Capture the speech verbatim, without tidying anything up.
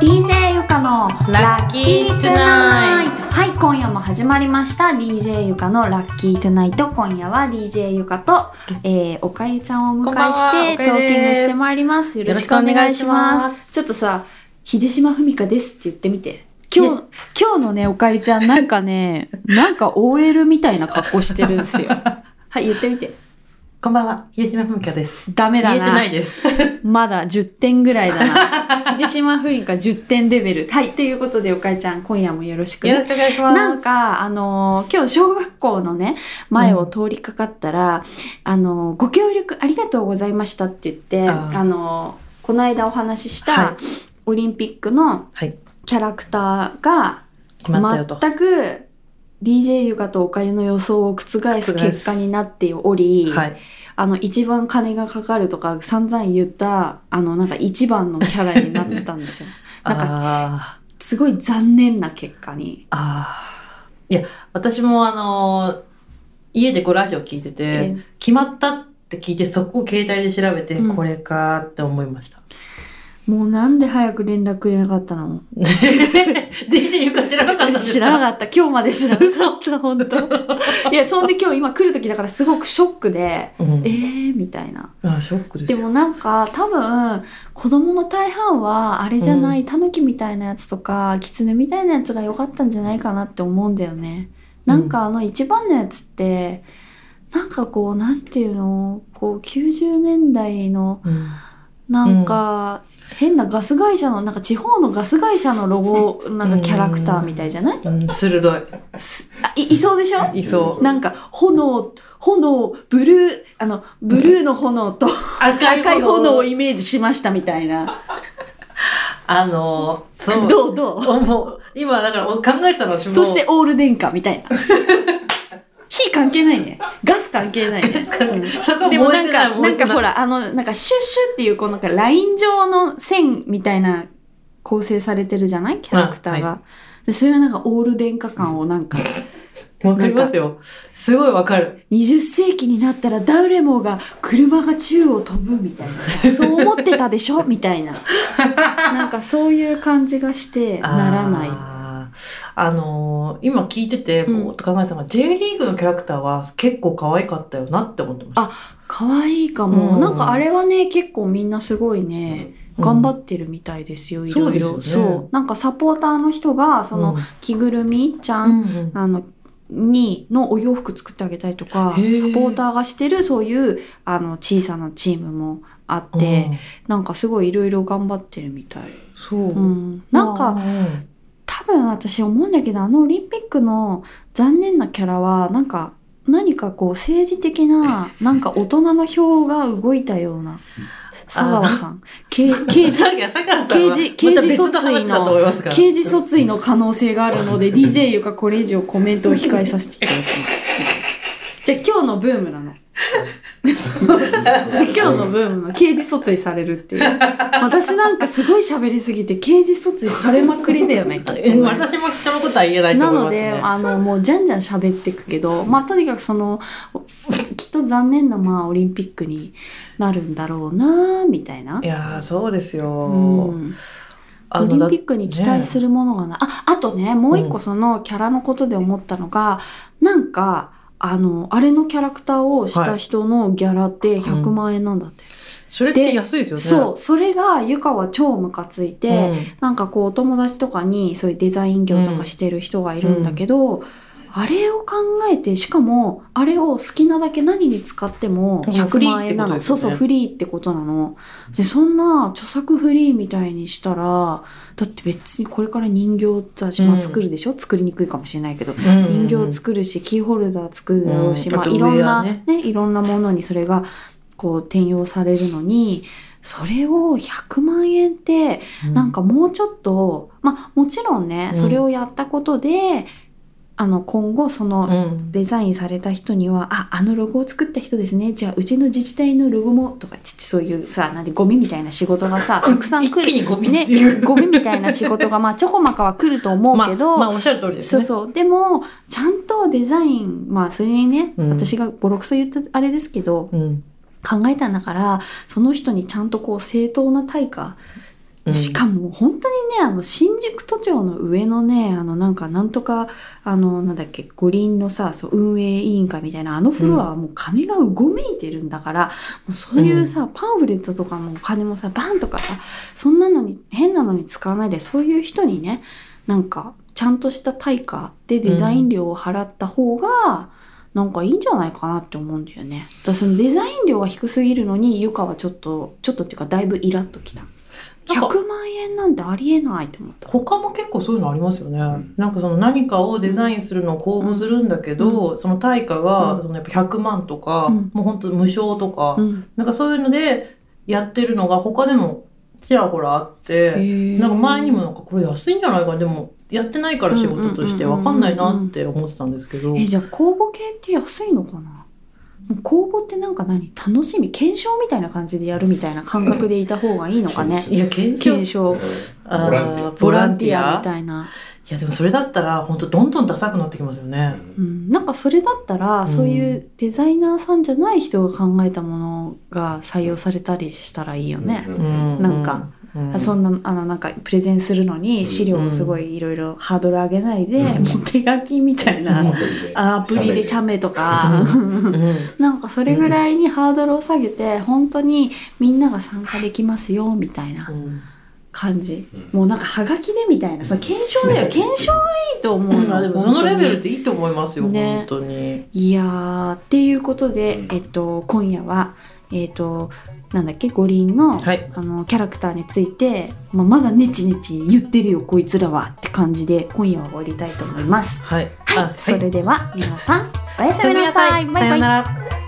ディージェー ゆかのラッキートゥナイト。 はい、今夜も始まりました ディージェー ゆかのラッキートゥナイト。今夜は ディージェー ゆかと、えー、おかゆちゃんをお迎えしてトーキングしてまいります。よろしくお願いします。ちょっとさ、秀島文香ですって言ってみて。今日、今日のね、おかゆちゃんなんかね、なんか オーエル みたいな格好してるんですよ。はい、言ってみて。 こんばんは、秀島文香です。 ダメだな。 言えてないです。 まだじゅってんぐらいだな。秀島文香じゅってんレベル。はい、ということでおかえちゃん、今夜もよろしく、ね。 よろしくお願いします。 なんか、あのー、今日小学校のね、前を通りかかったら、うん、あのー、ご協力ありがとうございましたって言って、あ、あのー、この間お話しした、はい、オリンピックのキャラクターが、全く ディージェー ゆかとおかゆの予想を覆す結果になっており、はい、あの一番金がかかるとか散々言ったあのなんか一番のキャラになってたんですよ。なんかすごい残念な結果に。 あいや私もあの家でこうラジオ聞いてて、えー、決まったって聞いてそこを携帯で調べて、うん、これかって思いました。 もうなんで早く連絡くれなかったの？ ディージェー ゆか知らなかったんですか？ 知らなかった。今日まで知らなかった。本当。いや、そんで今日今来る時だからすごくショックで、うん、えーみたいな。 あ、ショックですよ。 でもなんか多分子供の大半はあれじゃない、うん、タヌキみたいなやつとかキツネみたいなやつが良かったんじゃないかなって思うんだよね。なんかあの一番のやつって、なんかこうなんていうの、こうきゅうじゅうねんだいの、うん、なんか、うん変なガス会社のなんか地方のガス会社のロゴなんかキャラクターみたいじゃない？ うんうん、鋭い。あい, いそうでしょ？ いそう。 なんか炎炎ブルーあのブルーの炎と赤い 炎, 赤い炎をイメージしましたみたいな。 あのそうどうどう？ もう今だから考えてたの私も。 そしてオール電化みたいな。火関係ないね。ガス関係ないね。うん、 そこでもなんか、なんかほら、あの、なんかシュッシュっていうこのなんかライン状の線みたいな構成されてるじゃない？キャラクターが。はい、でそれはなんかオール電化感をなんか。 わかりますよ。すごいわかる。 にじゅっせいきになったら誰もが車が宙を飛ぶみたいな。そう思ってたでしょみたいな。なんかそういう感じがしてならない。 あのー、今聞いててぼーっと考えたのが、うん、J リーグのキャラクターは結構可愛かったよなって思ってました。 あ、可愛いかも、うん、なんかあれはね結構みんなすごいね、うん、頑張ってるみたいですよ、いろいろ。そうですよね。そうなんかサポーターの人がその着ぐるみちゃん、うんうん、あのにのお洋服作ってあげたりとか、サポーターがしてるそういうあの小さなチームもあって、うん、なんかすごいいろいろ頑張ってるみたい。 そう、うん、なんか多分私思うんだけど、あのオリンピックの残念なキャラはなんか何かこう政治的ななんか大人の票が動いたような。佐川さん、刑事刑事刑事訴追の刑事訴追の可能性があるので ディージェー ゆかこれ以上コメントを控えさせていただきます。じゃあ今日のブームなの。今日のブームの刑事訴追されるっていう。私なんかすごい喋りすぎて刑事訴追されまくりだよね。きっとね私も人のことは言えないと思いますね。 なのであのもうじゃんじゃん喋っていくけど、まあとにかくそのきっと残念なまあオリンピックになるんだろうなみたいな。 いやそうですよ。 うん、オリンピックに期待するものがな、ね、ああとねもう一個そのキャラのことで思ったのが、うん、なんかあのあれのキャラクターをした人のギャラってひゃくまんえんなんだって、はいうん、 それって安いですよね。 そうそれがゆかは超ムカついて、うん、なんかこうお友達とかにそういうデザイン業とかしてる人がいるんだけど、うんうん、あれを考えてしかもあれを好きなだけ何に使ってもひゃくまんえんなの、ね、そうそうフリーってことなので、そんな著作フリーみたいにしたらだって別にこれから人形たち、まあ、作るでしょ、うん、作りにくいかもしれないけど、うんうんうん、人形作るしキーホルダー作るだろうし、うんまあ、いろんな、ねね、いろんなものにそれがこう転用されるのにそれをひゃくまんえんってなんかもうちょっと、うん、まあもちろんねそれをやったことであの今後そのデザインされた人には、うん、あ、あのロゴを作った人ですね、じゃあうちの自治体のロゴもとかつってそういうさなんでゴミみたいな仕事がさたくさん来る、 一気にゴミっていう、 ね、ゴミみたいな仕事がまあちょこまかは来ると思うけど、 まあ、まあおっしゃる通りですね。 そうそうでもちゃんとデザインまあそれにね、うん、私がボロクソ言ったあれですけど、うん、考えたんだからその人にちゃんとこう正当な対価うん、 しかも本当にね、あの新宿都庁の上のね、あのなんかなんとかあのなんだっけ、五輪のさ、そう運営委員会みたいなあのフロアはもう金がうごめいてるんだから、うん、もうそういうさ、パンフレットとかもお金もさバンとかさ、そんなのに変なのに使わないで、そういう人にね、なんかちゃんとした対価でデザイン料を払った方が、うん、なんかいいんじゃないかなって思うんだよね。だからそのデザイン料が低すぎるのにゆかはちょっとちょっとっていうかだいぶイラッときた。ひゃくまんえんなんてありえないと思った。 他も結構そういうのありますよね、うん、なんかその何かをデザインするのを公募するんだけど、うん、その対価がそのやっぱひゃくまんとか、うん、もう本当無償とか、うん、なんかそういうのでやってるのが他でもちらほらあって、なんか前にもなんかこれ安いんじゃないか、でもやってないから仕事として分かんないなって思ってたんですけど、 え、じゃあ公募系って安いのかな。公募ってなんか何、楽しみ、検証みたいな感じでやるみたいな感覚でいた方がいいのかね。 いや、検証、 検証、 あ、ボランティアみたいな。いやでもそれだったら本当どんどんダサくなってきますよね、 うん、なんかそれだったら、うん、そういうデザイナーさんじゃない人が考えたものが採用されたりしたらいいよね、うん、なんか、うん、そんなあのなんかプレゼンするのに資料をすごいいろいろハードル上げないで、うん、もう手書きみたいな、うん、アプリで写メとか、うん、なんかそれぐらいにハードルを下げて本当にみんなが参加できますよみたいな感じ、うん、もうなんかハガキでみたいな、その検証だよ、検証がいいと思うの、 うん、でもそのレベルっていいと思いますよ、ね、本当に。 いやー、っていうことで、えっと、今夜はえっとなんだっけ、五輪 の,、はい、あのキャラクターについて、まあ、まだネチネチ言ってるよこいつらはって感じで今夜は終わりたいと思います。 はい、 はい、それでは皆さんおやすみなさい。バイバイ。